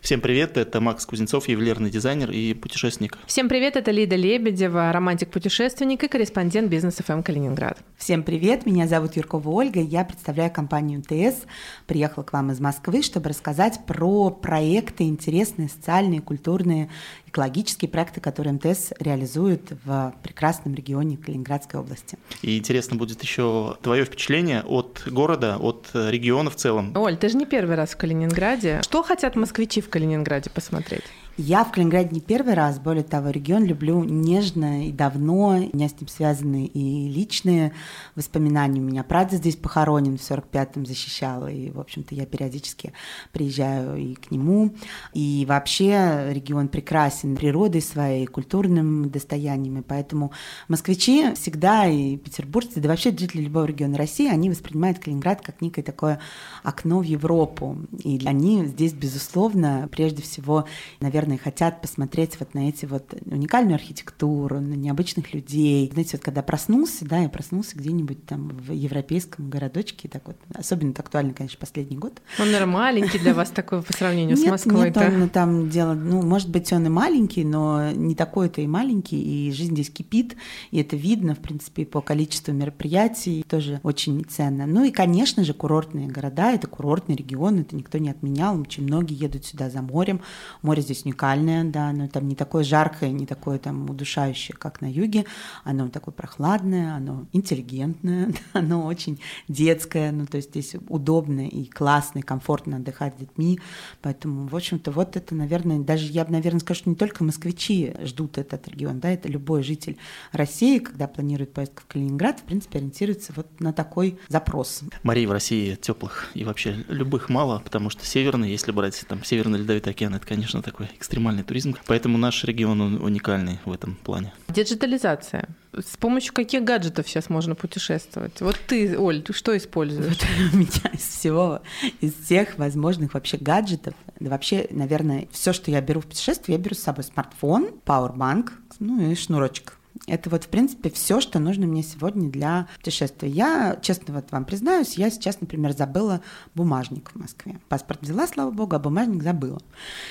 Всем привет, это Макс Кузнецов, ювелирный дизайнер и путешественник. Всем привет, это Лида Лебедева, романтик-путешественник и корреспондент Бизнес ФМ Калининград. Всем привет, меня зовут Юркова Ольга, я представляю компанию МТС. Приехала к вам из Москвы, чтобы рассказать про проекты интересные, социальные, культурные, экологические проекты, которые МТС реализует в прекрасном регионе Калининградской области. И интересно будет еще твое впечатление от города, от региона в целом. Оль, ты же не первый раз в Калининграде. Что хотят москвичи в Калининграде посмотреть? Я в Калининграде не первый раз, более того, регион люблю нежно и давно, у меня с ним связаны и личные воспоминания. У меня прадед здесь похоронен, в 45-м защищал, и, в общем-то, я периодически приезжаю и к нему. И вообще регион прекрасен природой своей, культурным достоянием, и поэтому москвичи всегда, и петербуржцы, да вообще жители любого региона России, они воспринимают Калининград как некое такое окно в Европу. И они здесь, безусловно, прежде всего, наверное, хотят посмотреть вот на эти вот уникальную архитектуру, на необычных людей. Знаете, вот когда проснулся, да, я проснулся где-нибудь там в европейском городочке, так вот, особенно это актуально, конечно, последний год. Он, наверное, маленький для вас такой по сравнению с Москвой. Нет, там дело, может быть, он и маленький, но не такой-то и маленький, и жизнь здесь кипит, и это видно, в принципе, по количеству мероприятий, тоже очень ценно. Ну и, конечно же, курортные города, это курортный регион, это никто не отменял, очень многие едут сюда за морем, море здесь уникальное, да, но там не такое жаркое, не такое там удушающее, как на юге, оно такое прохладное, оно интеллигентное, оно очень детское, то есть здесь удобно и классно, и комфортно отдыхать с детьми, поэтому, в общем-то, вот это, наверное, даже я бы, наверное, скажу, что не только москвичи ждут этот регион, да, это любой житель России, когда планирует поездку в Калининград, в принципе, ориентируется вот на такой запрос. Морей в России теплых и вообще любых мало, потому что северный, если брать там Северный Ледовитый океан, это, конечно, такой экстремальный туризм, поэтому наш регион уникальный в этом плане. Диджитализация. С помощью каких гаджетов сейчас можно путешествовать? Вот ты, Оль, ты что используешь? Вот у меня из всех возможных вообще гаджетов, да вообще, наверное, все, что я беру в путешествие, я беру с собой смартфон, пауэрбанк, и шнурочек. Это вот, в принципе, все, что нужно мне сегодня для путешествия. Я, честно вот вам признаюсь, я сейчас, например, забыла бумажник в Москве. Паспорт взяла, слава богу, а бумажник забыла.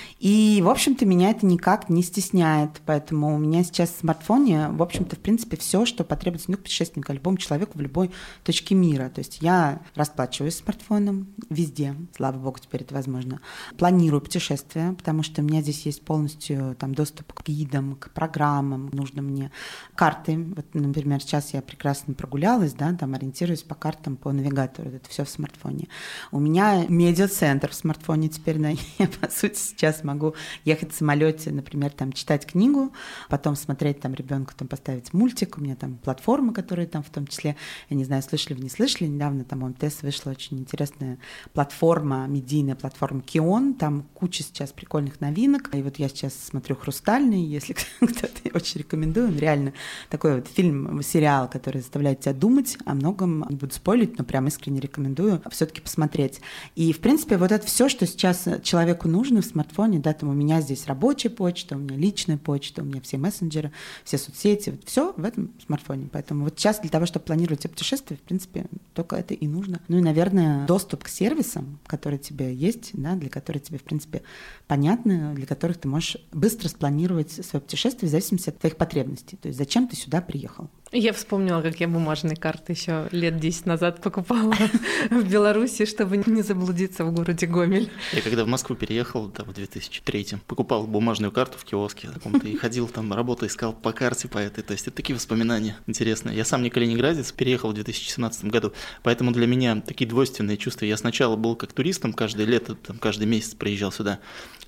И, в общем-то, меня это никак не стесняет. Поэтому у меня сейчас в смартфоне, в общем-то, в принципе, все, что потребуется путешественнику, любому человеку в любой точке мира. То есть я расплачиваюсь смартфоном везде, слава богу, теперь это возможно. Планирую путешествия, потому что у меня здесь есть полностью там доступ к гидам, к программам, нужно мне карты. Вот, например, сейчас я прекрасно прогулялась, да, там ориентируюсь по картам, по навигатору, это все в смартфоне. У меня медиацентр в смартфоне теперь, да, я, по сути, сейчас могу ехать в самолете, например, там читать книгу, потом смотреть там ребенку, там поставить мультик, у меня там платформы, которые там в том числе, я не знаю, слышали вы, не слышали, недавно там у МТС вышла очень интересная платформа, медийная платформа Кион, там куча сейчас прикольных новинок, и вот я сейчас смотрю «Хрустальный», если кто-то, очень рекомендую, он реально такой вот фильм, сериал, который заставляет тебя думать о многом, не буду спойлить, но прям искренне рекомендую все-таки посмотреть. И, в принципе, вот это все, что сейчас человеку нужно в смартфоне, да, там у меня здесь рабочая почта, у меня личная почта, у меня все мессенджеры, все соцсети, вот все в этом смартфоне. Поэтому вот сейчас для того, чтобы планировать все путешествия, в принципе, только это и нужно. Ну и, наверное, доступ к сервисам, которые тебе есть, да, для которых тебе, в принципе, понятны, для которых ты можешь быстро спланировать свое путешествие в зависимости от твоих потребностей. То есть зачем ты сюда приехал? Я вспомнила, как я бумажные карты еще лет 10 назад покупала в Беларуси, чтобы не заблудиться в городе Гомель. Я когда в Москву переехал, да, в 2003-м, покупал бумажную карту в киоске каком-то и ходил там, работу искал по карте по этой. То есть это такие воспоминания интересные. Я сам не калининградец, переехал в 2017 году, поэтому для меня такие двойственные чувства. Я сначала был как туристом, каждое лето, там, каждый месяц приезжал сюда,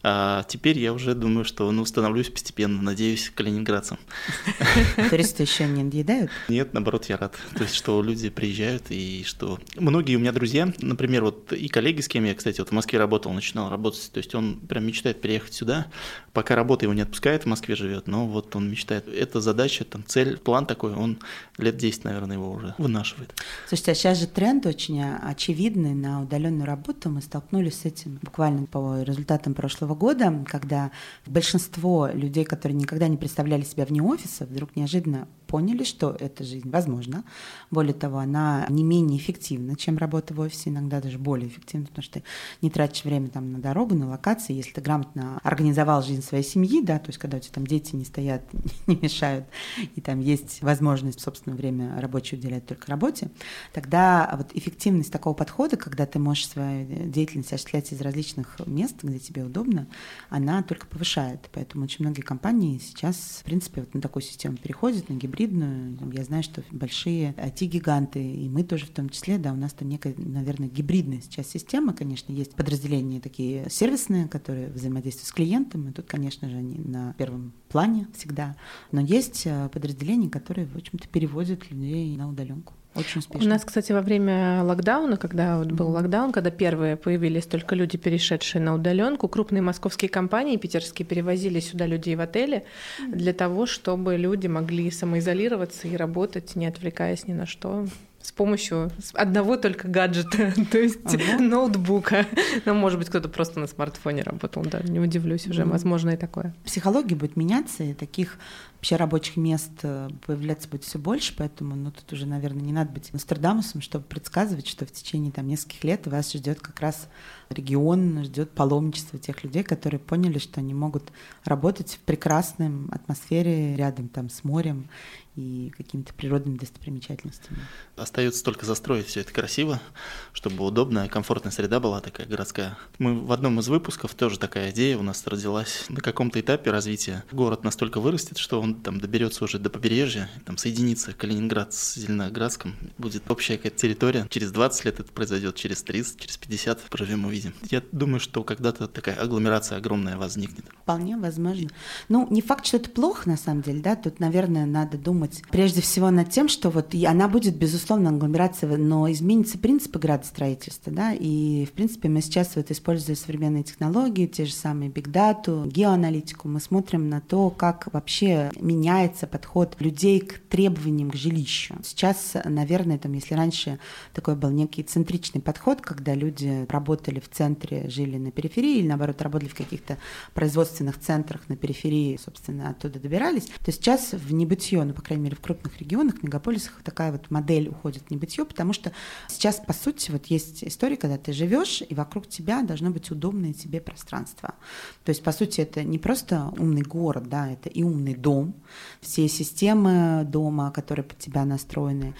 а теперь я уже думаю, что становлюсь постепенно, надеюсь, калининградцем. Туристы еще не надоедают? Нет, наоборот, я рад. То есть, что люди приезжают, и что многие у меня друзья, например, вот и коллеги, с кем я, кстати, вот в Москве работал, начинал работать, то есть он прям мечтает переехать сюда, пока работа его не отпускает, в Москве живет, но вот он мечтает. Это задача, там цель, план такой, он лет 10, наверное, его уже вынашивает. Слушайте, а сейчас же тренд очень очевидный на удаленную работу. Мы столкнулись с этим буквально по результатам прошлого года, когда большинство людей, которые никогда не представляли себя вне офиса, вдруг неожиданно поняли, что эта жизнь возможна. Более того, она не менее эффективна, чем работа в офисе, иногда даже более эффективна, потому что ты не тратишь время там на дорогу, на локации, если ты грамотно организовал жизнь своей семьи, да, то есть когда у тебя там дети не стоят, не мешают, и там есть возможность, собственно, время рабочее уделять только работе, тогда вот эффективность такого подхода, когда ты можешь свою деятельность осуществлять из различных мест, где тебе удобно, она только повышает. Поэтому очень многие компании сейчас, в принципе, вот на такую систему переходят, на гибридную. Я знаю, что большие IT-гиганты, и мы тоже в том числе, да, у нас там некая, наверное, гибридная сейчас система. Конечно, есть подразделения такие сервисные, которые взаимодействуют с клиентом, и тут, конечно же, они на первом плане всегда. Но есть подразделения, которые, в общем-то, переводят людей на удаленку. Очень успешно. У нас, кстати, во время локдауна, когда вот был локдаун, когда первые появились только люди, перешедшие на удаленку, крупные московские компании питерские перевозили сюда людей в отели для того, чтобы люди могли самоизолироваться и работать, не отвлекаясь ни на что, с помощью одного только гаджета, то есть ноутбука. Ну, может быть, кто-то просто на смартфоне работал, да, не удивлюсь уже, возможно, и такое. Психология будет меняться, и таких вообще рабочих мест появляться будет все больше, поэтому тут уже, наверное, не надо быть Нострадамусом, чтобы предсказывать, что в течение там нескольких лет вас ждет как раз регион, ждет паломничество тех людей, которые поняли, что они могут работать в прекрасной атмосфере рядом там с морем и какими-то природными достопримечательностями. Остается только застроить все это красиво, чтобы удобная, комфортная среда была такая городская. Мы в одном из выпусков тоже такая идея у нас родилась. На каком-то этапе развития город настолько вырастет, что он там доберется уже до побережья, там соединится Калининград с Зеленоградском, будет общая какая-то территория. Через 20 лет это произойдет, через 30, через 50 проживем, увидим. Я думаю, что когда-то такая агломерация огромная возникнет. Вполне возможно. Ну, не факт, что это плохо, на самом деле, да, тут, наверное, надо думать прежде всего над тем, что вот она будет, безусловно, агломерация, но изменится принципы градостроительства, да, и, в принципе, мы сейчас вот, используя современные технологии, те же самые big data, геоаналитику, мы смотрим на то, как вообще меняется подход людей к требованиям к жилищу. Сейчас, наверное, там, если раньше такой был некий центричный подход, когда люди работали в центре, жили на периферии, или, наоборот, работали в каких-то производственных центрах на периферии, собственно, оттуда добирались, то сейчас в небытие, ну, по крайней мере, в крупных регионах, мегаполисах такая вот модель уходит в небытие, потому что сейчас, по сути, вот есть история, когда ты живешь, и вокруг тебя должно быть удобное тебе пространство. То есть, по сути, это не просто умный город, да, это и умный дом, все системы дома, которые под тебя настроены.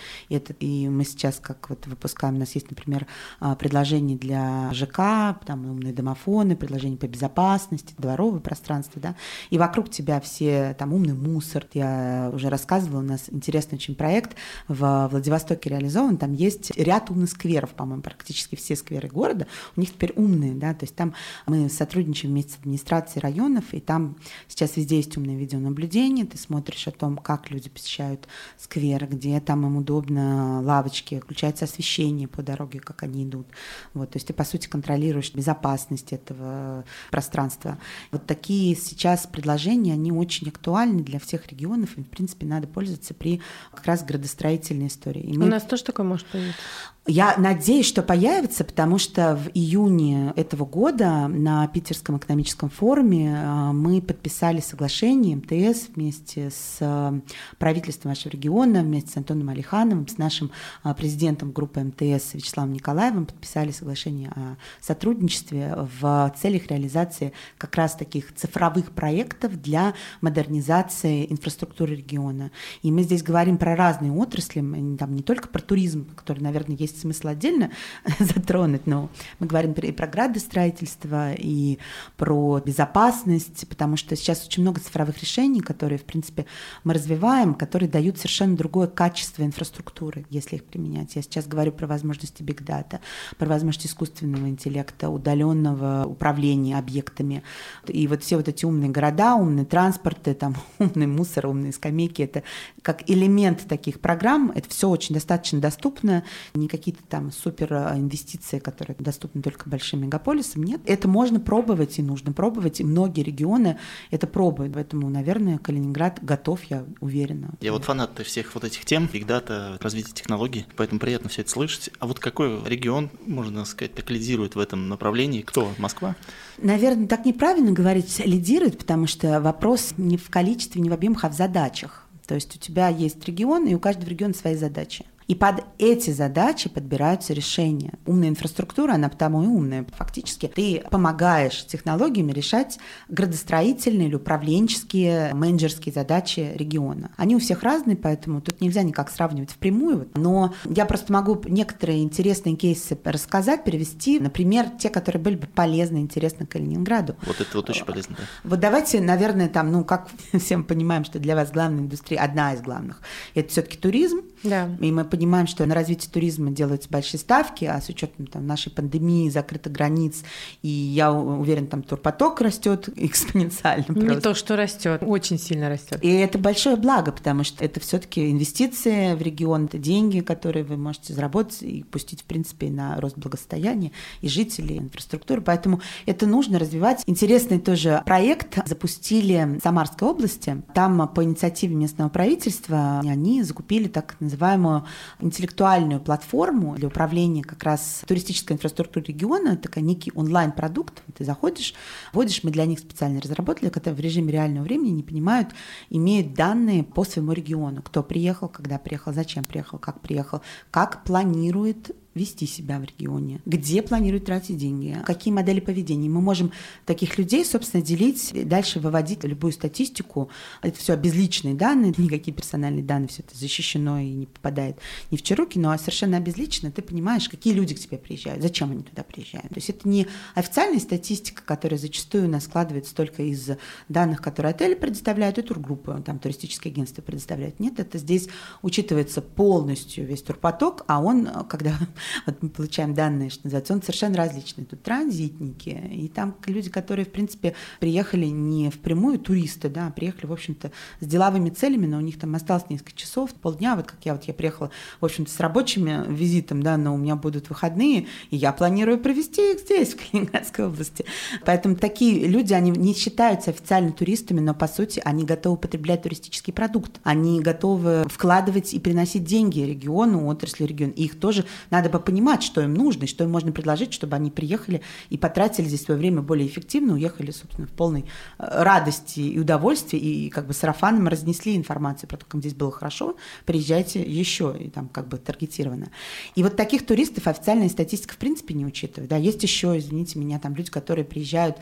И мы сейчас, как вот выпускаем, у нас есть, например, предложения для ЖК, там умные домофоны, предложения по безопасности, дворовое пространство, да, и вокруг тебя все там умный мусор. Я уже рассказывала, у нас интересный очень проект в Владивостоке реализован, там есть ряд умных скверов, по-моему, практически все скверы города, у них теперь умные, да, то есть там мы сотрудничаем вместе с администрацией районов, и там сейчас везде есть умное видеонаблюдение, ты смотришь о том, как люди посещают скверы, где там им удобно лавочки, включается освещение по дороге, как они идут, вот, то есть ты, по сути, контролируешь безопасность этого пространства. Вот такие сейчас предложения, они очень актуальны для всех регионов, и, в принципе, надо пользоваться при как раз градостроительной истории. У нас тоже такое может появиться? Я надеюсь, что появится, потому что в июне этого года на Питерском экономическом форуме мы подписали соглашение МТС вместе с правительством нашего региона, вместе с Антоном Алихановым, с нашим президентом группы МТС Вячеславом Николаевым подписали соглашение о сотрудничестве в целях реализации как раз таких цифровых проектов для модернизации инфраструктуры региона. И мы здесь говорим про разные отрасли, там не только про туризм, который, наверное, есть смысл отдельно затронуть, но мы говорим и про градостроительство, и про безопасность, потому что сейчас очень много цифровых решений, которые, в принципе, мы развиваем, которые дают совершенно другое качество инфраструктуры, если их применять. Я сейчас говорю про возможности big data, про возможности искусственного интеллекта, удаленного управления объектами. И вот все вот эти умные города, умные транспорты, там, умный мусор, умные скамейки, это как элемент таких программ, это все очень достаточно доступно, не какие-то там супер инвестиции, которые доступны только большим мегаполисам, нет. Это можно пробовать и нужно пробовать, и многие регионы это пробуют, поэтому, наверное, Калининград готов, я уверена. Я вот фанат всех вот этих тем, big data, развития технологий, поэтому приятно все это слышать. А вот какой регион, можно сказать, так лидирует в этом направлении? Кто? Москва? Наверное, так неправильно говорить, лидирует, потому что вопрос не в количестве, не в объемах, а в задачах. То есть у тебя есть регион, и у каждого региона свои задачи. И под эти задачи подбираются решения. Умная инфраструктура, она потому и умная. Фактически ты помогаешь технологиями решать градостроительные или управленческие, менеджерские задачи региона. Они у всех разные, поэтому тут нельзя никак сравнивать впрямую. Но я просто могу некоторые интересные кейсы рассказать, перевести, например, те, которые были бы полезны, интересны Калининграду. Вот это вот очень полезно, да. Вот давайте, наверное, там, как все мы понимаем, что для вас главная индустрия, одна из главных, это все-таки туризм. Да. И мы понимаем, что на развитие туризма делаются большие ставки, а с учетом нашей пандемии, закрытых границ, и я уверена, там турпоток растет экспоненциально. Не просто. то, что растет, очень сильно растет. И это большое благо, потому что это все-таки инвестиции в регион, это деньги, которые вы можете заработать и пустить, в принципе, на рост благосостояния и жителей, и инфраструктуры. Поэтому это нужно развивать. Интересный тоже проект запустили в Самарской области. Там по инициативе местного правительства они закупили так называемую интеллектуальную платформу для управления как раз туристической инфраструктурой региона. Это некий онлайн-продукт. Ты заходишь, вводишь, мы для них специально разработали, когда в режиме реального времени не понимают, имеют данные по своему региону. Кто приехал, когда приехал, зачем приехал, как планирует вести себя в регионе, где планирует тратить деньги, какие модели поведения. Мы можем таких людей, собственно, делить, дальше выводить любую статистику. Это все обезличенные данные, никакие персональные данные, все это защищено и не попадает ни в чьи руки, но совершенно обезличенно ты понимаешь, какие люди к тебе приезжают, зачем они туда приезжают. То есть это не официальная статистика, которая зачастую у нас складывается только из данных, которые отели предоставляют, и тургруппы, там туристические агентства предоставляют. Нет, это здесь учитывается полностью весь турпоток, а он, когда вот мы получаем данные, что называется, он совершенно различный. Тут транзитники, и там люди, которые, в принципе, приехали не впрямую туристы, да, а приехали, в общем-то, с деловыми целями, но у них там осталось несколько часов, полдня, вот как я приехала, в общем-то, с рабочим визитом, да, но у меня будут выходные, и я планирую провести их здесь, в Калининградской области. Поэтому такие люди, они не считаются официально туристами, но, по сути, они готовы потреблять туристический продукт, они готовы вкладывать и приносить деньги региону, отрасли региона, и их тоже надо бы понимать, что им нужно, и что им можно предложить, чтобы они приехали и потратили здесь свое время более эффективно, уехали, собственно, в полной радости и удовольствии, и как бы сарафаном разнесли информацию про то, как здесь было хорошо, приезжайте еще, и там как бы таргетированно. И вот таких туристов официальная статистика в принципе не учитывает. Да, есть еще, извините меня, там люди, которые приезжают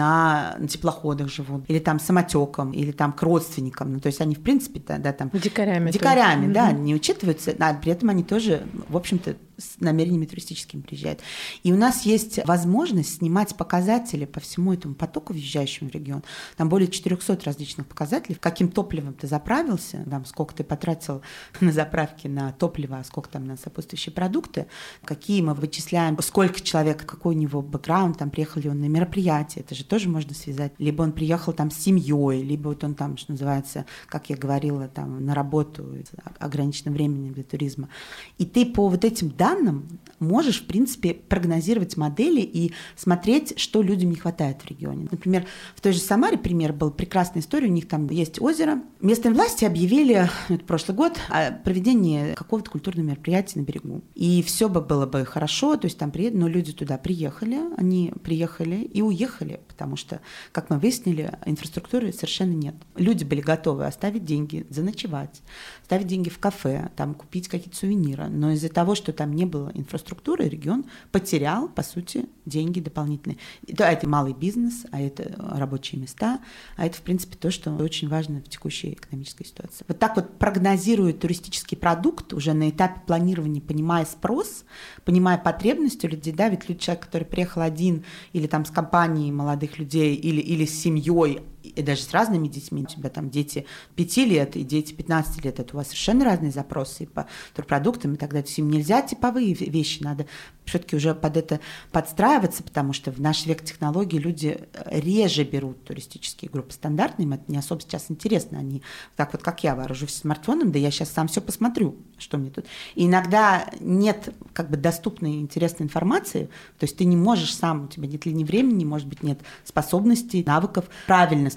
на теплоходах живут, или там самотеком, или там к родственникам, ну, то есть они в принципе, да там... Дикарями, да, не учитываются, а при этом они тоже, в общем-то, с намерениями туристическими приезжают. И у нас есть возможность снимать показатели по всему этому потоку, въезжающему в регион. Там более 400 различных показателей. Каким топливом ты заправился, там, сколько ты потратил на заправке на топливо, а сколько там на сопутствующие продукты, какие мы вычисляем, сколько человек, какой у него бэкграунд, там, приехал ли он на мероприятие, это же тоже можно связать. Либо он приехал там с семьей, либо вот он там, что называется, как я говорила, там, на работу ограниченным временем для туризма. И ты по вот этим данным можешь, в принципе, прогнозировать модели и смотреть, что людям не хватает в регионе. Например, в той же Самаре пример был, прекрасная история, у них там есть озеро. Местные власти объявили, это прошлый год, о проведении какого-то культурного мероприятия на берегу. И все было бы хорошо, то есть там но люди туда приехали, они приехали и уехали, потому что, как мы выяснили, инфраструктуры совершенно нет. Люди были готовы оставить деньги, заночевать, ставить деньги в кафе, там, купить какие-то сувениры, но из-за того, что там не было инфраструктуры, регион потерял, по сути, деньги дополнительные. Это малый бизнес, а это рабочие места, а это, в принципе, то, что очень важно в текущей экономической ситуации. Вот так вот прогнозирует туристический продукт уже на этапе планирования, понимая спрос, понимая потребности у людей, да, ведь человек, который приехал один или там с компанией молодых людей или с семьей, и даже с разными детьми, у тебя там дети 5 лет и дети 15 лет, это у вас совершенно разные запросы и по турпродуктам и так далее. То есть им нельзя типовые вещи, надо все-таки уже под это подстраиваться, потому что в наш век технологий люди реже берут туристические группы стандартные, им это не особо сейчас интересно, они так вот, как я, вооружусь смартфоном, да я сейчас сам все посмотрю, что мне тут. И иногда нет как бы доступной интересной информации, то есть ты не можешь сам, у тебя нет ли времени, может быть, нет способностей, навыков правильно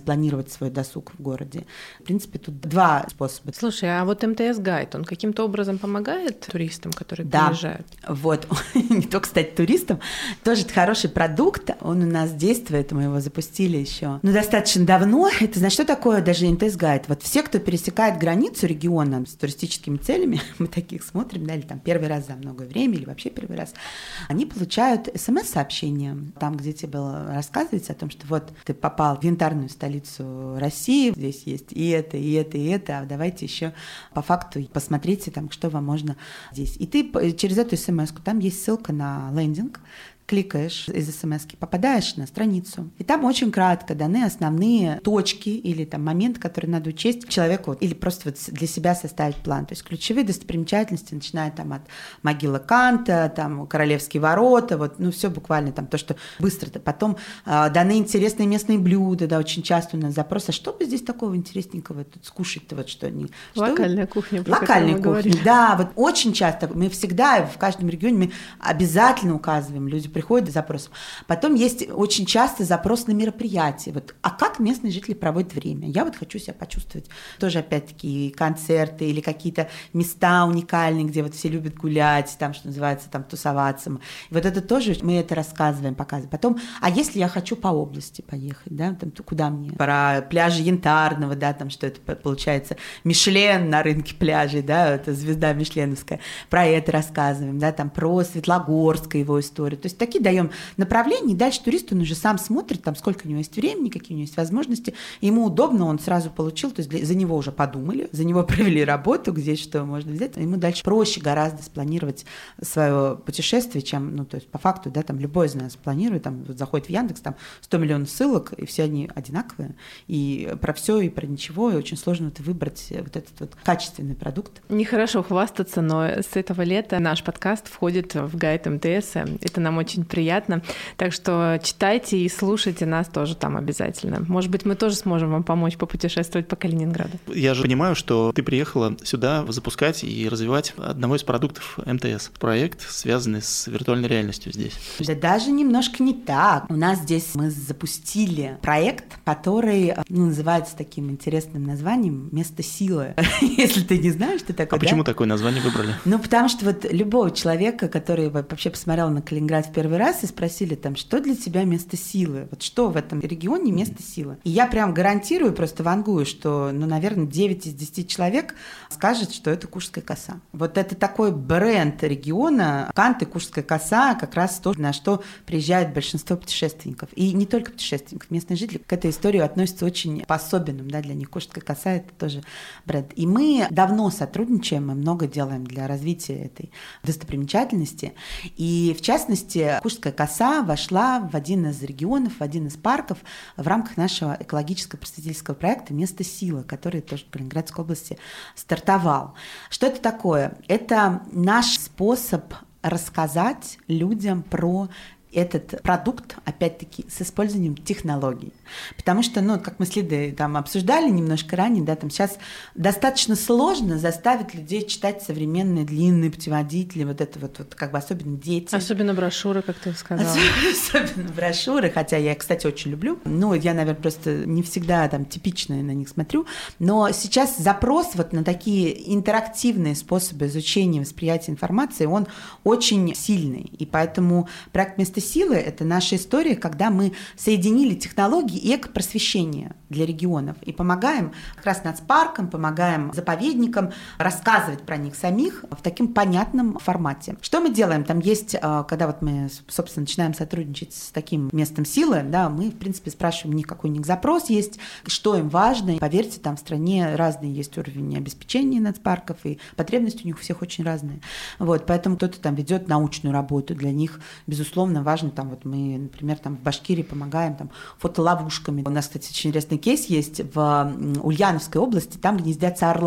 спланировать свой досуг в городе. В принципе, тут два способа. Слушай, а вот МТС-гайд, он каким-то образом помогает туристам, которые приезжают? Вот. Не только, кстати, туристам. Тоже это хороший продукт. Он у нас действует, мы его запустили еще достаточно давно. Это, значит, что такое даже МТС-гайд? Вот все, кто пересекает границу региона с туристическими целями, мы таких смотрим, да, или там первый раз за много времени, или вообще первый раз, они получают СМС-сообщения, там, где тебе было рассказывается о том, что вот ты попал в янтарную столицу России, здесь есть и это, и это, и это, а давайте еще по факту посмотрите, там, что вам можно здесь. И ты через эту СМС-ку, там есть ссылка на лендинг, кликаешь из смс-ки, попадаешь на страницу. И там очень кратко даны основные точки или там моменты, которые надо учесть человеку или просто вот для себя составить план. То есть ключевые достопримечательности, начиная там от могилы Канта, там Королевские ворота, вот, ну все буквально там то, что быстро-то. Потом даны интересные местные блюда, да, очень часто у нас запрос, а что бы здесь такого интересненького тут скушать-то, вот что они... Локальная кухня. Локальная кухня, да, вот очень часто, мы всегда в каждом регионе мы обязательно указываем, люди приходят с запросом. Потом есть очень часто запрос на мероприятия. Вот, а как местные жители проводят время? Я вот хочу себя почувствовать. Тоже, опять-таки, концерты или какие-то места уникальные, где вот все любят гулять, там, что называется, там, тусоваться. И вот это тоже мы это рассказываем, показываем. Потом, а если я хочу по области поехать, да, там, то куда мне? Про пляжи Янтарного, да, там, что это получается, Мишлен на рынке пляжей, да, это звезда мишленовская. Про это рассказываем, да, там, про Светлогорское его историю. То есть такие даем направления, и дальше турист, он уже сам смотрит, там, сколько у него есть времени, какие у него есть возможности, ему удобно, он сразу получил, то есть за него уже подумали, за него провели работу, где что можно взять, ему дальше проще гораздо спланировать свое путешествие, чем, ну, то есть по факту, да, там, любой из нас планирует, там, вот заходит в Яндекс, там, 100 миллионов ссылок, и все они одинаковые, и про все, и про ничего, и очень сложно вот выбрать вот этот вот качественный продукт. Нехорошо хвастаться, но с этого лета наш подкаст входит в гайд МТС, это нам очень приятно. Так что читайте и слушайте нас тоже там обязательно. Может быть, мы тоже сможем вам помочь попутешествовать по Калининграду. Я же понимаю, что ты приехала сюда запускать и развивать одного из продуктов МТС. Проект, связанный с виртуальной реальностью здесь. Да даже немножко не так. У нас здесь мы запустили проект, который называется таким интересным названием «Место силы». Если ты не знаешь, что такое. А почему такое название выбрали? Ну, потому что вот любого человека, который вообще посмотрел на Калининград в первый раз и спросили там, что для тебя место силы? Вот что в этом регионе место силы? И я прям гарантирую, просто вангую, что, ну, наверное, 9 из 10 человек скажет, что это Кушская коса. Вот это такой бренд региона. Кант и Кушская коса как раз то, на что приезжает большинство путешественников. И не только путешественников. Местные жители к этой истории относятся очень по-особенному. Да, для них Кушская коса – это тоже бренд. И мы давно сотрудничаем, мы много делаем для развития этой достопримечательности. И, в частности, Кушская коса вошла в один из регионов, в один из парков в рамках нашего экологическо-просветительского проекта «Место силы», который тоже в Калининградской области стартовал. Что это такое? Это наш способ рассказать людям про этот продукт, опять-таки, с использованием технологий. Потому что, ну, как мы с Лидой там обсуждали немножко ранее, да, там сейчас достаточно сложно заставить людей читать современные длинные путеводители, вот это вот как бы особенно дети. Особенно брошюры, как ты сказала. Особенно брошюры, хотя я, кстати, очень люблю. Ну, я, наверное, просто не всегда там типично на них смотрю, но сейчас запрос вот на такие интерактивные способы изучения восприятия информации, он очень сильный, и поэтому проект «Место силы» — это наша история, когда мы соединили технологии и экопросвещение для регионов и помогаем как раз нацпаркам, помогаем заповедникам рассказывать про них самих в таком понятном формате. Что мы делаем? Там есть, когда вот мы, собственно, начинаем сотрудничать с таким местом силы, да, мы, в принципе, спрашиваем у них, какой у них запрос есть, что им важно. И, поверьте, там в стране разные есть уровни обеспечения нацпарков, и потребности у них у всех очень разные. Вот, поэтому кто-то там ведет научную работу, для них, безусловно, важно. Там вот мы, например, там в Башкирии помогаем там фотоловушками. У нас, кстати, очень интересный кейс есть в Ульяновской области, там гнездятся орланы.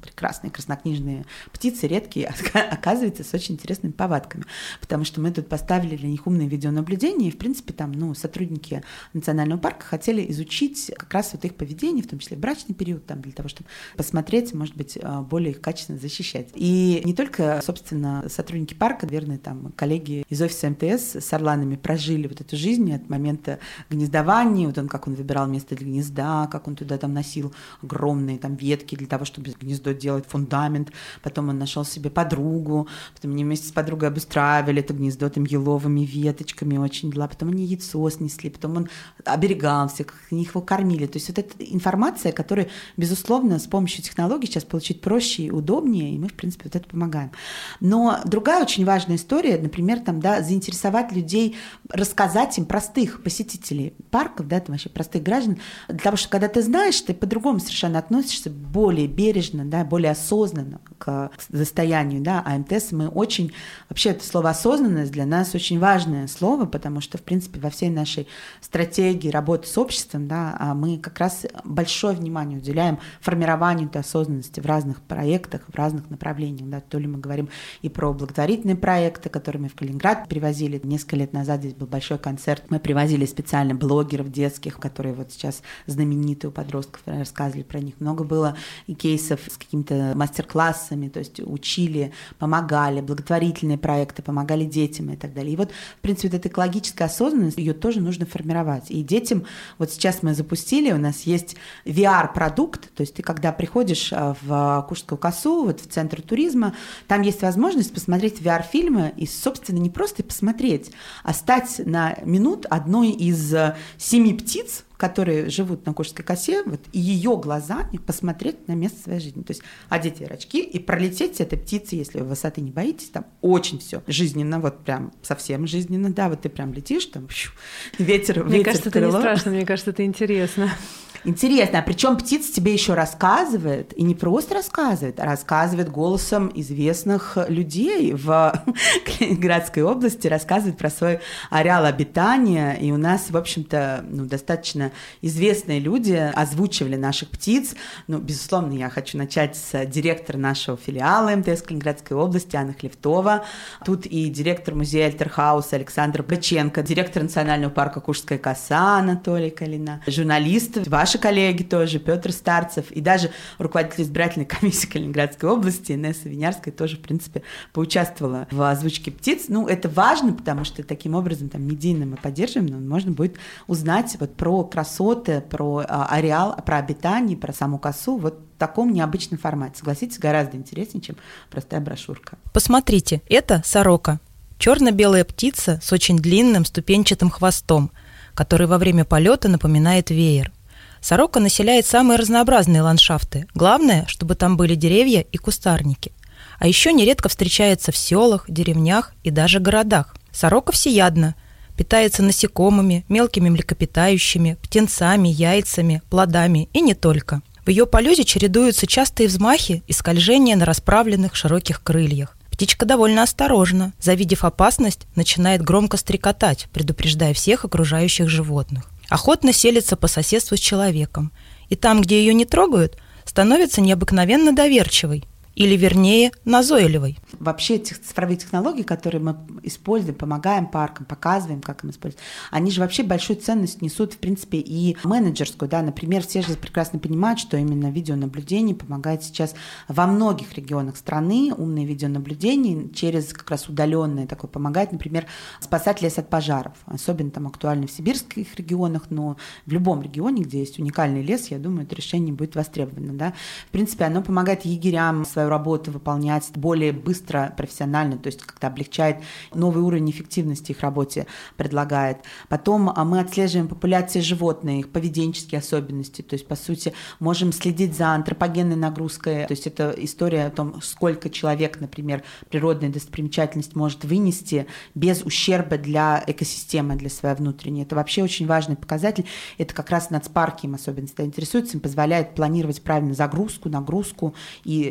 прекрасные краснокнижные птицы, редкие, оказывается, с очень интересными повадками. Потому что мы тут поставили для них умные видеонаблюдения, и, в принципе, там, сотрудники национального парка хотели изучить как раз вот их поведение, в том числе в брачный период, там, для того, чтобы посмотреть, может быть, более их качественно защищать. И не только, собственно, сотрудники парка, наверное, там, коллеги из офиса МТС с орланами прожили вот эту жизнь от момента гнездования, вот он, как он выбирал место для гнезда, как он туда там носил огромные там ветки для того, чтобы гнездо делать, фундамент. Потом он нашел себе подругу, потом они вместе с подругой обустраивали это гнездо там еловыми веточками очень дела, потом они яйцо снесли, потом он оберегал всех, они его кормили. То есть вот эта информация, которую, безусловно, с помощью технологий сейчас получить проще и удобнее, и мы, в принципе, вот это помогаем. Но другая очень важная история, например, там, да, заинтересовать людей, рассказать им, простых посетителей парков, да, там вообще простых граждан, для того, что когда ты знаешь, ты по-другому совершенно относишься, более бережно, да, более осознанно к состоянию, да, а МТС мы очень, вообще это слово осознанность для нас очень важное слово, потому что, в принципе, во всей нашей стратегии работы с обществом, да, мы как раз большое внимание уделяем формированию этой осознанности в разных проектах, в разных направлениях, да, то ли мы говорим и про благотворительные проекты, которые мы в Калининград привозили, несколько лет назад здесь был большой концерт, мы привозили специально блогеров детских, которые вот сейчас знаменитые у подростков, рассказывали про них, много было и кейсов с какими-то мастер-классами, то есть учили, помогали, благотворительные проекты, помогали детям и так далее. И вот, в принципе, вот эта экологическая осознанность, ее тоже нужно формировать. И детям, вот сейчас мы запустили, у нас есть VR-продукт, то есть ты когда приходишь в Куршскую косу, вот в центр туризма, там есть возможность посмотреть VR-фильмы и, собственно, не просто посмотреть, а стать на минут одной из 7 птиц, которые живут на Куршской косе, вот, и ее глазами посмотреть на место своей жизни. То есть одеть очки и пролететь с этой птицей, если вы высоты не боитесь, там очень все жизненно, вот прям совсем жизненно, да, вот ты прям летишь, там ветер Мне кажется, в крыло. это не страшно, мне кажется, это интересно. Интересно, а причем птица тебе еще рассказывает, и не просто рассказывает, а рассказывает голосом известных людей в Калининградской области, рассказывает про свой ареал обитания, и у нас, в общем-то, достаточно известные люди озвучивали наших птиц. Безусловно, я хочу начать с директора нашего филиала МТС Калининградской области Анны Хлевтова. Тут и директор музея Альтерхауса Александр Быченко, директор национального парка Куршская коса Анатолий Калина, журналист, ваши коллеги тоже, Петр Старцев, и даже руководитель избирательной комиссии Калининградской области Инесса Винярская тоже, в принципе, поучаствовала в озвучке птиц. Это важно, потому что таким образом там медийно мы поддерживаем, но можно будет узнать вот про красоты, про ареал, про обитание, про саму косу вот в таком необычном формате. Согласитесь, гораздо интереснее, чем простая брошюрка. Посмотрите, это сорока. Черно-белая птица с очень длинным ступенчатым хвостом, который во время полета напоминает веер. Сорока населяет самые разнообразные ландшафты. Главное, чтобы там были деревья и кустарники. А еще нередко встречается в селах, деревнях и даже городах. Сорока всеядна. Питается насекомыми, мелкими млекопитающими, птенцами, яйцами, плодами и не только. В ее полете чередуются частые взмахи и скольжения на расправленных широких крыльях. Птичка довольно осторожна. Завидев опасность, начинает громко стрекотать, предупреждая всех окружающих животных. Охотно селится по соседству с человеком. И там, где ее не трогают, становится необыкновенно доверчивой. Или, вернее, назойливой. Вообще эти цифровые технологии, которые мы используем, помогаем паркам, показываем, как им использовать, они же вообще большую ценность несут, в принципе, и менеджерскую. Да? Например, все же прекрасно понимают, что именно видеонаблюдение помогает сейчас во многих регионах страны. Умное видеонаблюдение через как раз удаленное такое помогает, например, спасать лес от пожаров. Особенно там актуально в сибирских регионах, но в любом регионе, где есть уникальный лес, я думаю, это решение будет востребовано. Да? В принципе, оно помогает егерям свою работу выполнять более быстро, профессионально, то есть как-то облегчает новый уровень эффективности их работе, предлагает. Потом мы отслеживаем популяции животных, их поведенческие особенности, то есть, по сути, можем следить за антропогенной нагрузкой, то есть это история о том, сколько человек, например, природная достопримечательность может вынести без ущерба для экосистемы, для своей внутренней. Это вообще очень важный показатель. Это как раз нацпарки им особенно интересуется, им позволяет планировать правильно загрузку, нагрузку и тем самым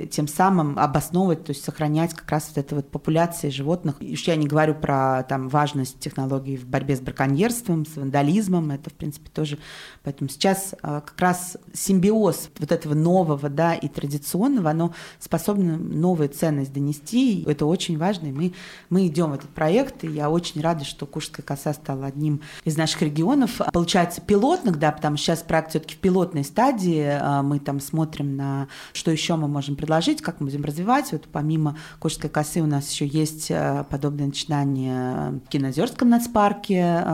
самым обосновывать, то есть сохранять как раз вот эту вот популяции животных. И уж я не говорю про там важность технологий в борьбе с браконьерством, с вандализмом, это, в принципе, тоже. Поэтому сейчас как раз симбиоз вот этого нового, да, и традиционного, оно способно новую ценность донести, и это очень важно, и мы идем в этот проект, и я очень рада, что Куршская коса стала одним из наших регионов, получается, пилотных, да, потому что сейчас проект все-таки в пилотной стадии, мы там смотрим на, что еще мы можем предложить, как мы будем развивать. Вот помимо Куршской косы у нас еще есть подобное начинание в Кинозерском нацпарке,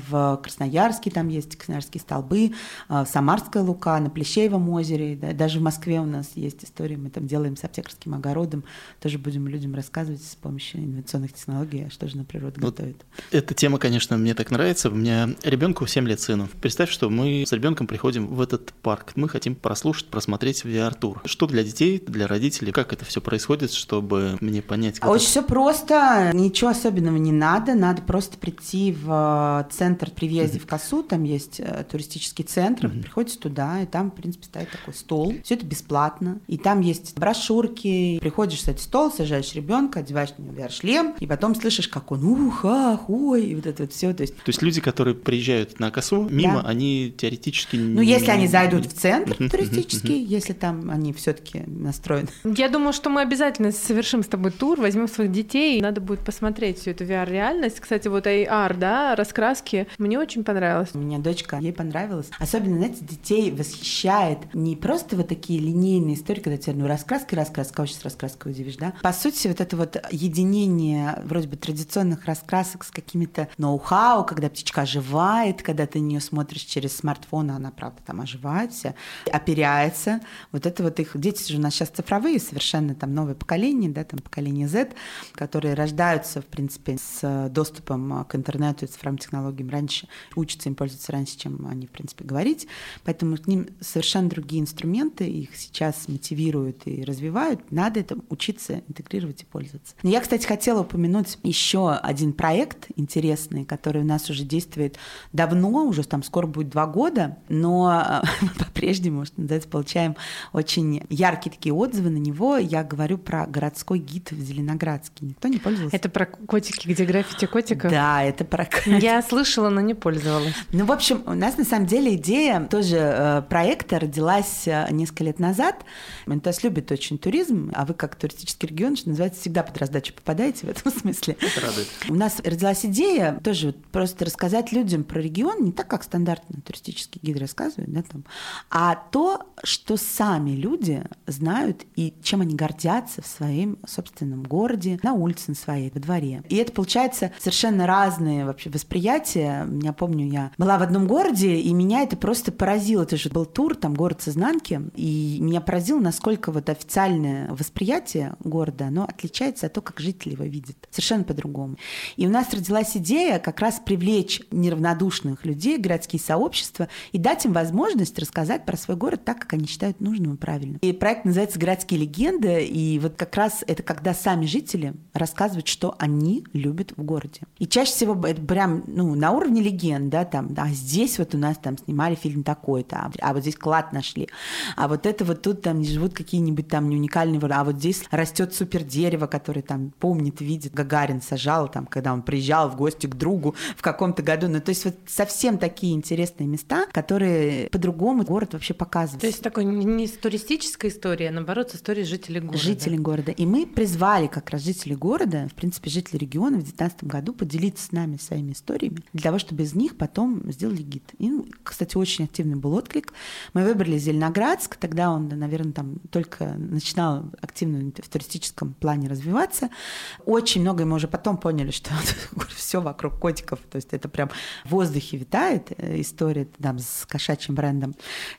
в Красноярске там есть Красноярские столбы, Самарская Лука, на Плещеевом озере, да, даже в Москве у нас есть история, мы там делаем с аптекарским огородом, тоже будем людям рассказывать с помощью инновационных технологий, что же на природу вот готовит. Эта тема, конечно, мне так нравится. У меня ребенку 7 лет сыну. Представь, что мы с ребенком приходим в этот парк. Мы хотим прослушать, просмотреть VR-тур. Что для детей, для родителей, как это все происходит, чтобы мне понять? Очень все просто, ничего особенного не надо. Надо просто прийти в центр при въезде в Косу, там есть туристический центр, приходите туда, и там, в принципе, стоит такой стол. Все это бесплатно. И там есть брошюрки. Приходишь с этот стол, сажаешь ребенка, одеваешь на него VR-шлем, и потом слышишь, как он ух, ах, ой, и вот это вот все. То есть люди, которые приезжают на Косу мимо, да, они теоретически не... Ну, если они зайдут в центр туристический, если там они все-таки настроены. Я думаю, что мы обязательно совершим с тобой тур, возьмем своих детей, надо будет посмотреть всю эту VR-реальность. Кстати, вот AR, да, раскраски, мне очень понравилось. У меня дочка, ей понравилось. Особенно, знаете, детей восхищает не просто вот такие линейные истории, когда тебе, раскраска, сейчас раскраской удивишь, да? По сути, вот это вот единение вроде бы традиционных раскрасок с какими-то ноу-хау, когда птичка оживает, когда ты на нее смотришь через смартфон, а она, правда, там оживает вся, оперяется. Вот это вот их... Дети же у нас сейчас цифровые, совершенно там новое поколение, да, там поколение Z, которые рождаются, в принципе, с доступом к интернету и цифровым технологиям раньше, учатся им пользоваться раньше, чем они, в принципе, говорить. Поэтому к ним совершенно другие инструменты, их сейчас мотивируют и развивают. Надо это учиться интегрировать и пользоваться. Но я, кстати, хотела упомянуть еще один проект интересный, который у нас уже действует давно, уже там скоро будет 2 года, но по-прежнему, что называется, получаем очень яркие такие отзывы на него. Я говорю про городской гид в Зеленоградске. Никто не пользовался? Это про котики, где граффити котиков? Да, это про... Я слышала, но не пользовалась. Ну, в общем, у нас на самом деле идея тоже проекта родилась несколько лет назад. МТС любит очень туризм, а вы как туристический регион, что называется, всегда под раздачу попадаете в этом смысле. Это радует. У нас родилась идея тоже просто рассказать людям про регион не так, как стандартно туристические гиды рассказывают, да, там, а то, что сами люди знают и чем они гордятся в своем собственном городе, на улице на своей, во дворе. И это получается совершенно разные вообще восприятия. Я помню, я была в одном городе, и меня это просто поразило. Это же был тур, там город с изнанки, и меня поразило, насколько вот официальное восприятие города, оно отличается от того, как жители его видят. Совершенно по-другому. И у нас родилась идея как раз привлечь неравнодушных людей, городские сообщества, и дать им возможность рассказать про свой город так, как они считают нужным и правильным. И проект называется «Городские легенды», и вот как раз это когда сами жители рассказывают, что они любят в городе. И чаще всего это прям, на уровне легенд, да, там, а здесь вот у нас там снимали фильм такой-то, а вот здесь клад нашли, а вот это вот тут там живут какие-нибудь там не уникальные, а вот здесь растет супер дерево, которое там помнит, видит, Гагарин сажал там, когда он приезжал в гости к другу в каком-то году. Ну, то есть вот совсем такие интересные места, которые по-другому город вообще показывают. То есть такой не туристическая история, а наоборот, история жителей города. Жителей города. И мы призвали как раз жителей города, в принципе, жителей региона в 2019 году поделиться с нами своими историями, для того, чтобы из них потом сделали гид. И, кстати, очень активный был отклик. Мы выбрали Зеленоградск, тогда он, наверное, там только начинал активно в туристическом плане развиваться. Очень много мы уже потом поняли, что все вокруг котиков, то есть это прям в воздухе витает история там с кошачьим брендом.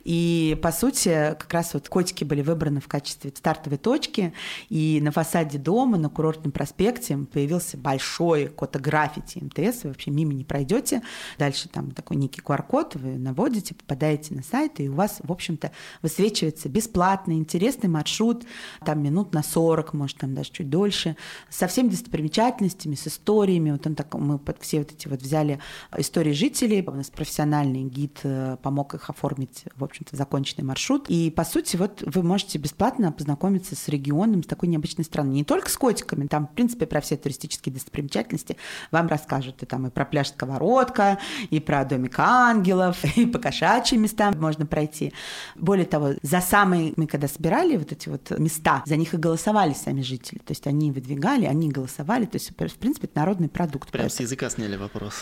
И, по сути, как раз вот котики были выбраны в качестве стартовой точки, и на фасаде дома, на Курортном проспекте появился большой кот-граффити МТС, вы вообще мимо не пройдете. Дальше там такой некий QR-код, вы наводите, попадаете на сайт, и у вас, в общем-то, высвечивается бесплатный, интересный маршрут, там минут на 40, может, там даже чуть дольше, со всеми достопримечательностями, с историями. Вот он так, мы под все вот эти вот взяли истории жителей, у нас профессиональный гид помог их оформить, в общем-то, законченный маршрут. И, по сути, вот вы можете бесплатно познакомиться познакомиться с регионом, с такой необычной страной. Не только с котиками, там, в принципе, про все туристические достопримечательности вам расскажут. И там и про пляж Сковородка, и про домик ангелов, и по кошачьим местам можно пройти. Более того, мы когда собирали вот эти вот места, за них и голосовали сами жители. То есть они выдвигали, они голосовали. То есть, в принципе, это народный продукт. Прям с языка сняли вопрос.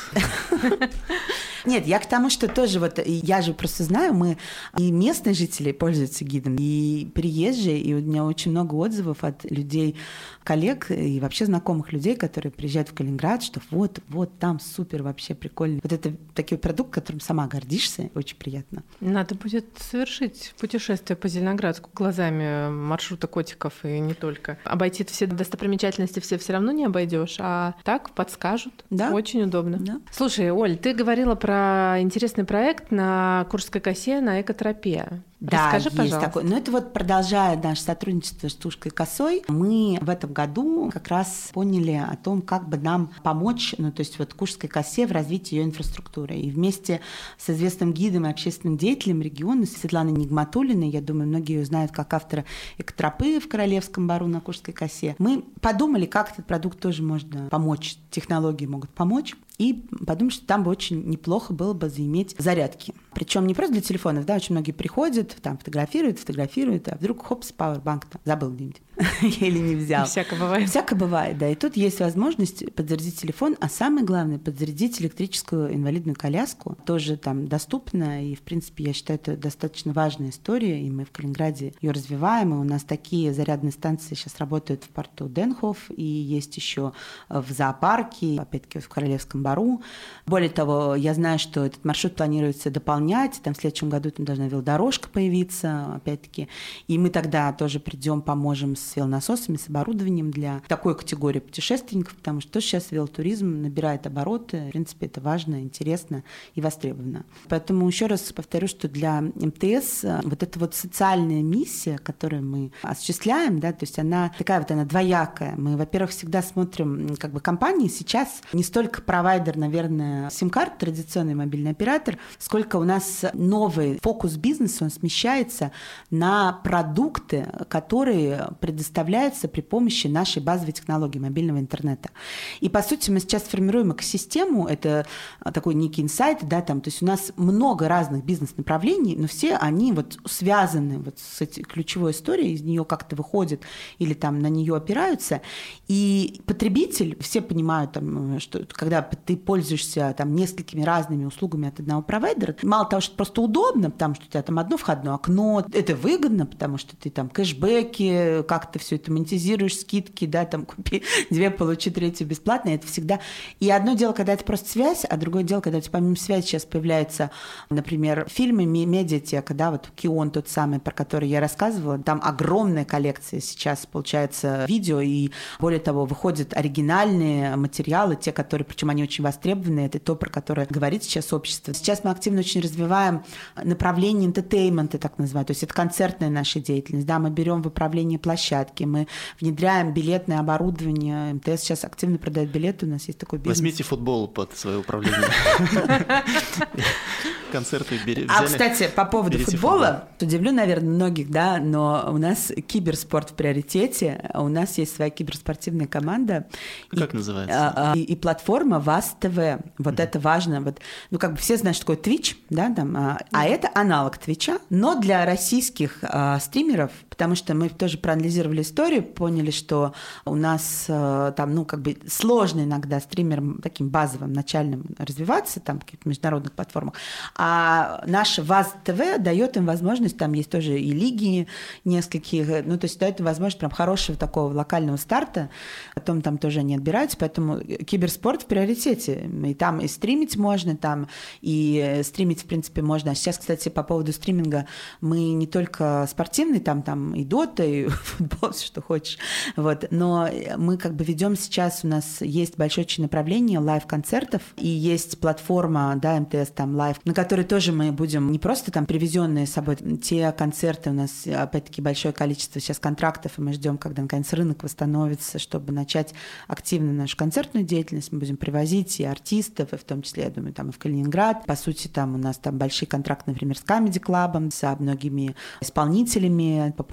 Нет, я к тому, что тоже вот, я же просто знаю, мы и местные жители пользуются гидом, и приезжие, и у меня очень много отзывов от людей, коллег и вообще знакомых людей, которые приезжают в Калининград, что вот там супер, вообще прикольно. Вот это такой продукт, которым сама гордишься, очень приятно. Надо будет совершить путешествие по Зеленоградску глазами маршрута котиков и не только. Обойти все достопримечательности все равно не обойдешь, а так подскажут. Да. Очень удобно. Да. Слушай, Оль, ты говорила про интересный проект на Куршской косе на экотропе. Да, расскажи, есть пожалуйста. такой. Но это вот продолжая наше сотрудничество с Тушкой косой, мы в этом году как раз поняли о том, как бы нам помочь, то есть вот Куршской косе в развитии ее инфраструктуры. И вместе с известным гидом и общественным деятелем региона Светланой Нигматуллиной, я думаю, многие ее знают как автора экотропы в Королевском бару на Куршской косе, мы подумали, как этот продукт тоже можно помочь, технологии могут помочь. И подумать, что там бы очень неплохо было бы заиметь зарядки. Причем не просто для телефонов, да, очень многие приходят, там фотографируют, а вдруг хопс, пауэрбанк там забыл где-нибудь или не взял. Всякое бывает. Всякое бывает, да. И тут есть возможность подзарядить телефон, а самое главное, подзарядить электрическую инвалидную коляску. Тоже там доступно, и, в принципе, я считаю, это достаточно важная история, и мы в Калининграде ее развиваем, и у нас такие зарядные станции сейчас работают в порту Денхоф, и есть еще в зоопарке, опять-таки в Королевском бару. Более того, я знаю, что этот маршрут планируется дополнять, там в следующем году там должна велодорожка появиться, опять-таки, и мы тогда тоже придем, поможем с велонасосами, с оборудованием для такой категории путешественников, потому что сейчас велотуризм набирает обороты, в принципе, это важно, интересно и востребовано. Поэтому еще раз повторю, что для МТС вот эта вот социальная миссия, которую мы осуществляем, да, то есть она такая вот, она двоякая. Мы, во-первых, всегда смотрим, как бы компании сейчас не столько провайдер, наверное, сим-карт, традиционный мобильный оператор, сколько у нас новый фокус бизнеса, он смещается на продукты, которые предоставляются при помощи нашей базовой технологии мобильного интернета. И, по сути, мы сейчас формируем экосистему, это такой некий инсайт, да, там, то есть у нас много разных бизнес-направлений, но все они вот связаны вот с этой ключевой историей, из нее как-то выходят или там на нее опираются. И потребитель, все понимают, там, что когда ты пользуешься там несколькими разными услугами от одного провайдера, мало того, что просто удобно, потому что у тебя там одно входное окно, это выгодно, потому что ты там кэшбэки, как ты все это монетизируешь, скидки, да, там купи 2, получи 3 бесплатно, это всегда. И одно дело, когда это просто связь, а другое дело, когда помимо связи сейчас появляются, например, фильмы, медиатека, да, вот Кион тот самый, про который я рассказывала, там огромная коллекция сейчас, получается, видео, и более того, выходят оригинальные материалы, те, которые, причем они очень востребованы, это то, про которое говорит сейчас общество. Сейчас мы активно очень развиваем направление entertainment, так называемое, то есть это концертная наша деятельность, да, мы берем в управление площадки, мы внедряем билетное оборудование, МТС сейчас активно продает билеты, у нас есть такой бизнес. Возьмите футбол под свое управление. Концерты взяли. А, кстати, по поводу футбола, удивлю, наверное, многих, да, но у нас киберспорт в приоритете, у нас есть своя киберспортивная команда. Как называется? И платформа ВАЗ ТВ. Вот это важно. Вот, ну, как бы все знают, что такое Twitch, да, там, а это аналог Твича, но для российских стримеров, потому что мы тоже проанализировали историю, поняли, что у нас там, ну, как бы сложно иногда стримерам таким базовым, начальным развиваться, там, в каких-то международных платформах, а наша ВАЗ ТВ дает им возможность, там есть тоже и лиги нескольких, ну, то есть дает им возможность прям хорошего такого локального старта, потом там тоже они отбираются, поэтому киберспорт в приоритете, и там и стримить можно, там и стримить, в принципе, можно. А сейчас, кстати, по поводу стриминга, мы не только спортивный, там и дота, и футбол, все, что хочешь, вот, но мы как бы ведем сейчас, у нас есть большое очень направление лайв-концертов, и есть платформа, да, МТС, там, лайв, на которой тоже мы будем не просто там привезенные с собой те концерты, у нас, опять-таки, большое количество сейчас контрактов, и мы ждем, когда, наконец, рынок восстановится, чтобы начать активно нашу концертную деятельность, мы будем привозить и артистов, и в том числе, я думаю, там и в Калининград. По сути, там у нас там большие контракты, например, с Comedy Club, со многими исполнителями популярными,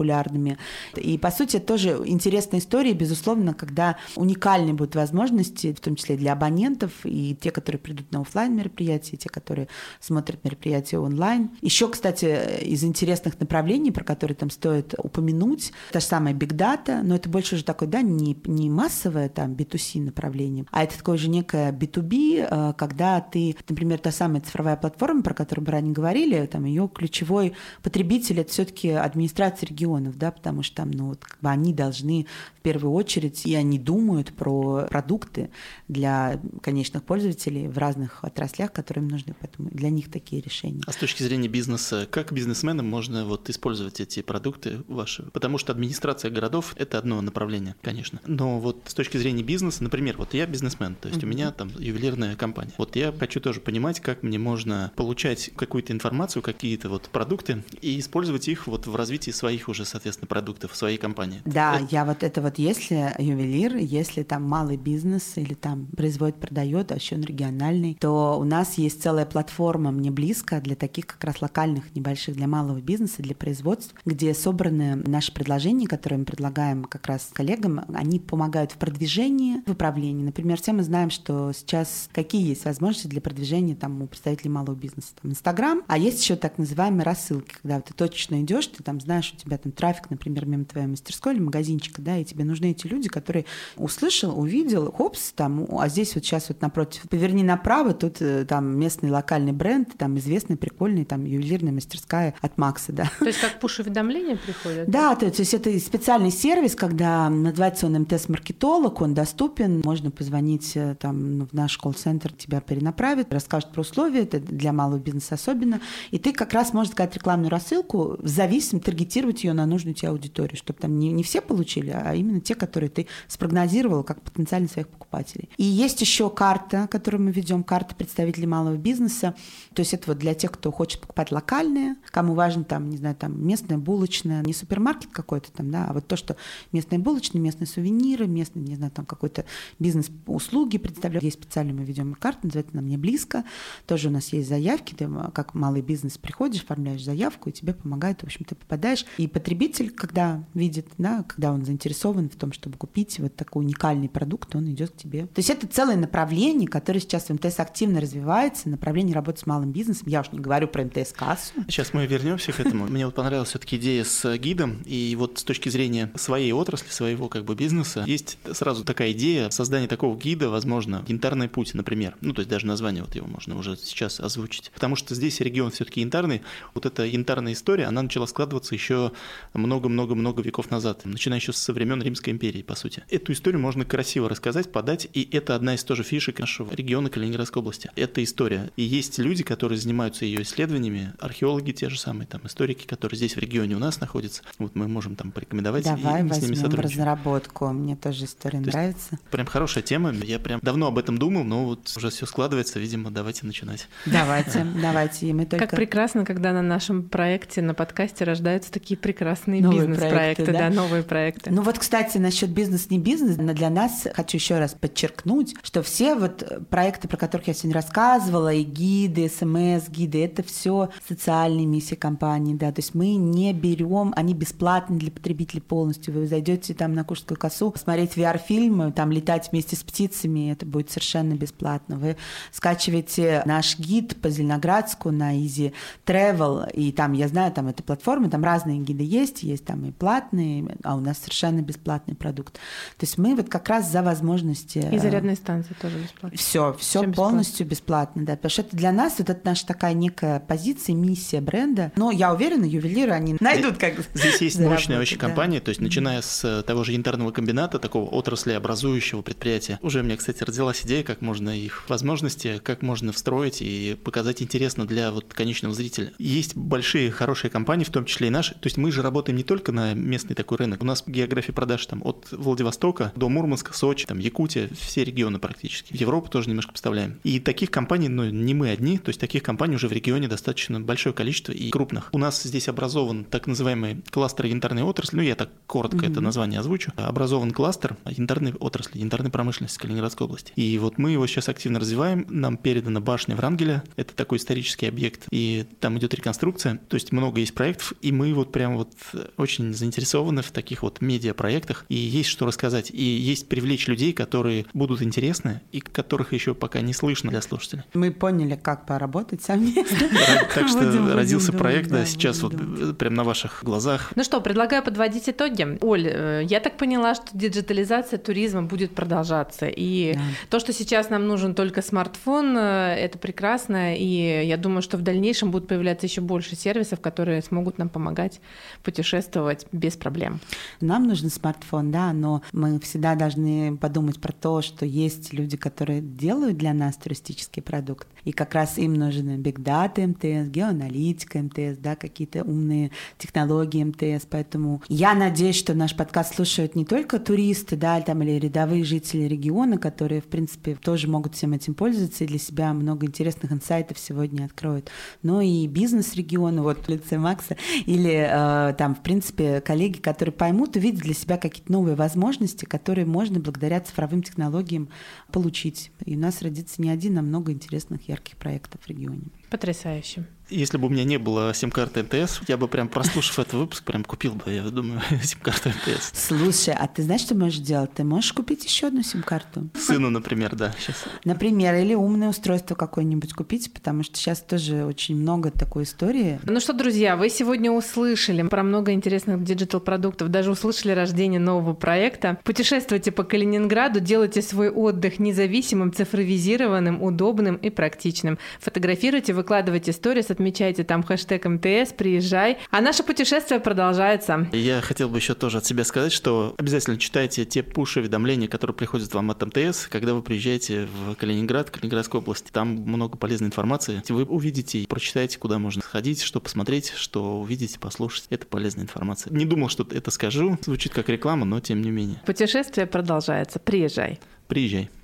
популярными. И, по сути, это тоже интересная история, безусловно, когда уникальные будут возможности, в том числе для абонентов, и те, которые придут на офлайн мероприятия, и те, которые смотрят мероприятия онлайн. Еще, кстати, из интересных направлений, про которые там стоит упомянуть, та же самая Big Data, но это больше уже такое, да, не массовое там B2C направление, а это такое же некое B2B, когда ты, например, та самая цифровая платформа, про которую мы ранее говорили, там ее ключевой потребитель — это все-таки администрация регионов, да, потому что там, ну, вот, как бы они должны в первую очередь, и они думают про продукты для конечных пользователей в разных отраслях, которые им нужны, поэтому для них такие решения. А с точки зрения бизнеса, как бизнесменам можно вот использовать эти продукты ваши? Потому что администрация городов – это одно направление, конечно. Но вот с точки зрения бизнеса, например, вот я бизнесмен, то есть у меня там ювелирная компания. Вот я хочу тоже понимать, как мне можно получать какую-то информацию, какие-то вот продукты и использовать их вот в развитии своих уже, соответственно, продуктов в своей компании. Да, я вот это вот, если ювелир, если там малый бизнес или там производит, продает, а еще он региональный, то у нас есть целая платформа «Мне близко» для таких как раз локальных, небольших, для малого бизнеса, для производств, где собраны наши предложения, которые мы предлагаем как раз коллегам. Они помогают в продвижении, в управлении. Например, все мы знаем, что сейчас какие есть возможности для продвижения там у представителей малого бизнеса. Там Инстаграм, а есть еще так называемые рассылки, когда ты точечно идешь, ты там знаешь, у тебя там трафик, например, мимо твоей мастерской или магазинчика, да, и тебе нужны эти люди, которые услышал, увидел, хопс, там, а здесь вот сейчас вот напротив, поверни направо, тут там местный локальный бренд, там известный, прикольный, там ювелирная мастерская от Макса, да. То есть как пуш-уведомления приходят? Да, то есть это специальный сервис, когда называется он МТС-маркетолог, он доступен, можно позвонить там в наш колл-центр, тебя перенаправят, расскажут про условия, это для малого бизнеса особенно, и ты как раз можешь сказать рекламную рассылку, в зависимости таргетировать ее на нужную тебе аудиторию, чтобы там не все получили, а именно те, которые ты спрогнозировала как потенциально своих покупателей. И есть еще карта, которую мы ведем, карта представителей малого бизнеса. То есть это вот для тех, кто хочет покупать локальное, кому важно там, не знаю, там местная булочная, не супермаркет какой-то там, да, а вот то, что местные булочные, местные сувениры, местные, не знаю, там какой-то бизнес-услуги представляют. Есть специально мы ведем карту, называется она «Мне близко». Тоже у нас есть заявки, ты как малый бизнес приходишь, оформляешь заявку, и тебе помогает, в общем, ты попадаешь. И потребитель, когда видит, да, когда он заинтересован в том, чтобы купить вот такой уникальный продукт, он идет к тебе. То есть это целое направление, которое сейчас в МТС активно развивается, направление работы с малым бизнесом. Я уж не говорю про МТС-кассу. Сейчас мы вернемся к этому. Мне вот понравилась все-таки идея с гидом, и вот с точки зрения своей отрасли, своего как бы бизнеса, есть сразу такая идея создания такого гида, возможно, янтарный путь, например. Ну, то есть даже название вот его можно уже сейчас озвучить. Потому что здесь регион все-таки янтарный. Вот эта янтарная история, она начала складываться еще много-много-много веков назад, начиная еще со времен Римской империи, по сути. Эту историю можно красиво рассказать, подать, и это одна из тоже фишек нашего региона Калининградской области. Это история. И есть люди, которые занимаются ее исследованиями, археологи те же самые, там, историки, которые здесь в регионе у нас находятся. Вот мы можем там порекомендовать. Давай и мы с ними возьмем сотрудничаем. разработку. Мне тоже история нравится. Прям хорошая тема. Я прям давно об этом думал, но вот уже все складывается. Видимо, давайте начинать. Давайте. И мы только... Как прекрасно, когда на нашем проекте, на подкасте рождаются такие прекрасные Новые бизнес-проекты, проекты, да? новые проекты. Ну вот, кстати, насчет бизнес, не бизнес, но для нас, хочу еще раз подчеркнуть, что все вот проекты, про которых я сегодня рассказывала, и гиды, СМС-гиды, это все социальные миссии компании, да, то есть мы не берем, они бесплатны для потребителей полностью. Вы зайдете там на Куршскую косу, смотреть VR-фильмы, там летать вместе с птицами, это будет совершенно бесплатно. Вы скачиваете наш гид по Зеленоградску на Easy Travel, и там, я знаю, там эта платформа, там разные гиды есть там и платные, а у нас совершенно бесплатный продукт. То есть мы вот как раз за возможности... И зарядные станции тоже бесплатно. Все полностью бесплатно, да, потому что это для нас вот это наша такая некая позиция, миссия бренда. Но я уверена, ювелиры, они найдут как Здесь есть мощная очень да. компания, то есть начиная с того же янтарного комбината, такого отраслеобразующего предприятия. Уже у меня, кстати, родилась идея, как можно их возможности, как можно встроить и показать интересно для вот конечного зрителя. Есть большие, хорошие компании, в том числе и наши. То есть мы же работаем не только на местный такой рынок. У нас география продаж там от Владивостока до Мурманска, Сочи, там Якутия, все регионы практически. В Европу тоже немножко поставляем. И таких компаний, ну, не мы одни, то есть таких компаний уже в регионе достаточно большое количество и крупных. У нас здесь образован так называемый кластер янтарной отрасли, ну, я так коротко это название озвучу. Образован кластер янтарной отрасли, янтарной промышленности Калининградской области. И вот мы его сейчас активно развиваем. Нам передана башня Врангеля, это такой исторический объект, и там идет реконструкция, то есть много есть проектов, и мы вот прям вот очень заинтересованы в таких вот медиапроектах, и есть что рассказать, и есть привлечь людей, которые будут интересны, и которых еще пока не слышно для слушателей. Мы поняли, как поработать совместно. Так что родился проект, да, сейчас вот прямо на ваших глазах. Ну что, предлагаю подводить итоги. Оль, я так поняла, что диджитализация туризма будет продолжаться, и то, что сейчас нам нужен только смартфон, это прекрасно, и я думаю, что в дальнейшем будут появляться еще больше сервисов, которые смогут нам помогать путешествовать без проблем. Нам нужен смартфон, да, но мы всегда должны подумать про то, что есть люди, которые делают для нас туристический продукт, и как раз им нужны Big Data МТС, геоаналитика МТС, да, какие-то умные технологии МТС, поэтому я надеюсь, что наш подкаст слушают не только туристы, да, там, или рядовые жители региона, которые, в принципе, тоже могут всем этим пользоваться и для себя много интересных инсайтов сегодня откроют, но и бизнес региона, вот в лице Макса, или там, в принципе, коллеги, которые поймут, увидят для себя какие-то новые возможности, которые можно благодаря цифровым технологиям получить. И у нас родится не один, а много интересных, ярких проектов в регионе. Потрясающе. Если бы у меня не было сим-карты МТС, я бы прям, прослушав этот выпуск, прям купил бы, я думаю, сим-карту МТС. Слушай, а ты знаешь, что можешь делать? Ты можешь купить еще одну сим-карту? Сыну, например, да, сейчас. Например, или умное устройство какое-нибудь купить, потому что сейчас тоже очень много такой истории. Ну что, друзья, вы сегодня услышали про много интересных диджитал-продуктов, даже услышали рождение нового проекта. Путешествуйте по Калининграду, делайте свой отдых независимым, цифровизированным, удобным и практичным. Фотографируйте, выкладывайте сторис, отмечайте там хэштег МТС, приезжай. А наше путешествие продолжается. Я хотел бы еще тоже от себя сказать, что обязательно читайте те пуш-уведомления, которые приходят вам от МТС, когда вы приезжаете в Калининград, Калининградскую область. Там много полезной информации. Вы увидите и прочитаете, куда можно сходить, что посмотреть, что увидеть, послушать. Это полезная информация. Не думал, что это скажу. Звучит как реклама, но тем не менее. Путешествие продолжается. Приезжай. Приезжай.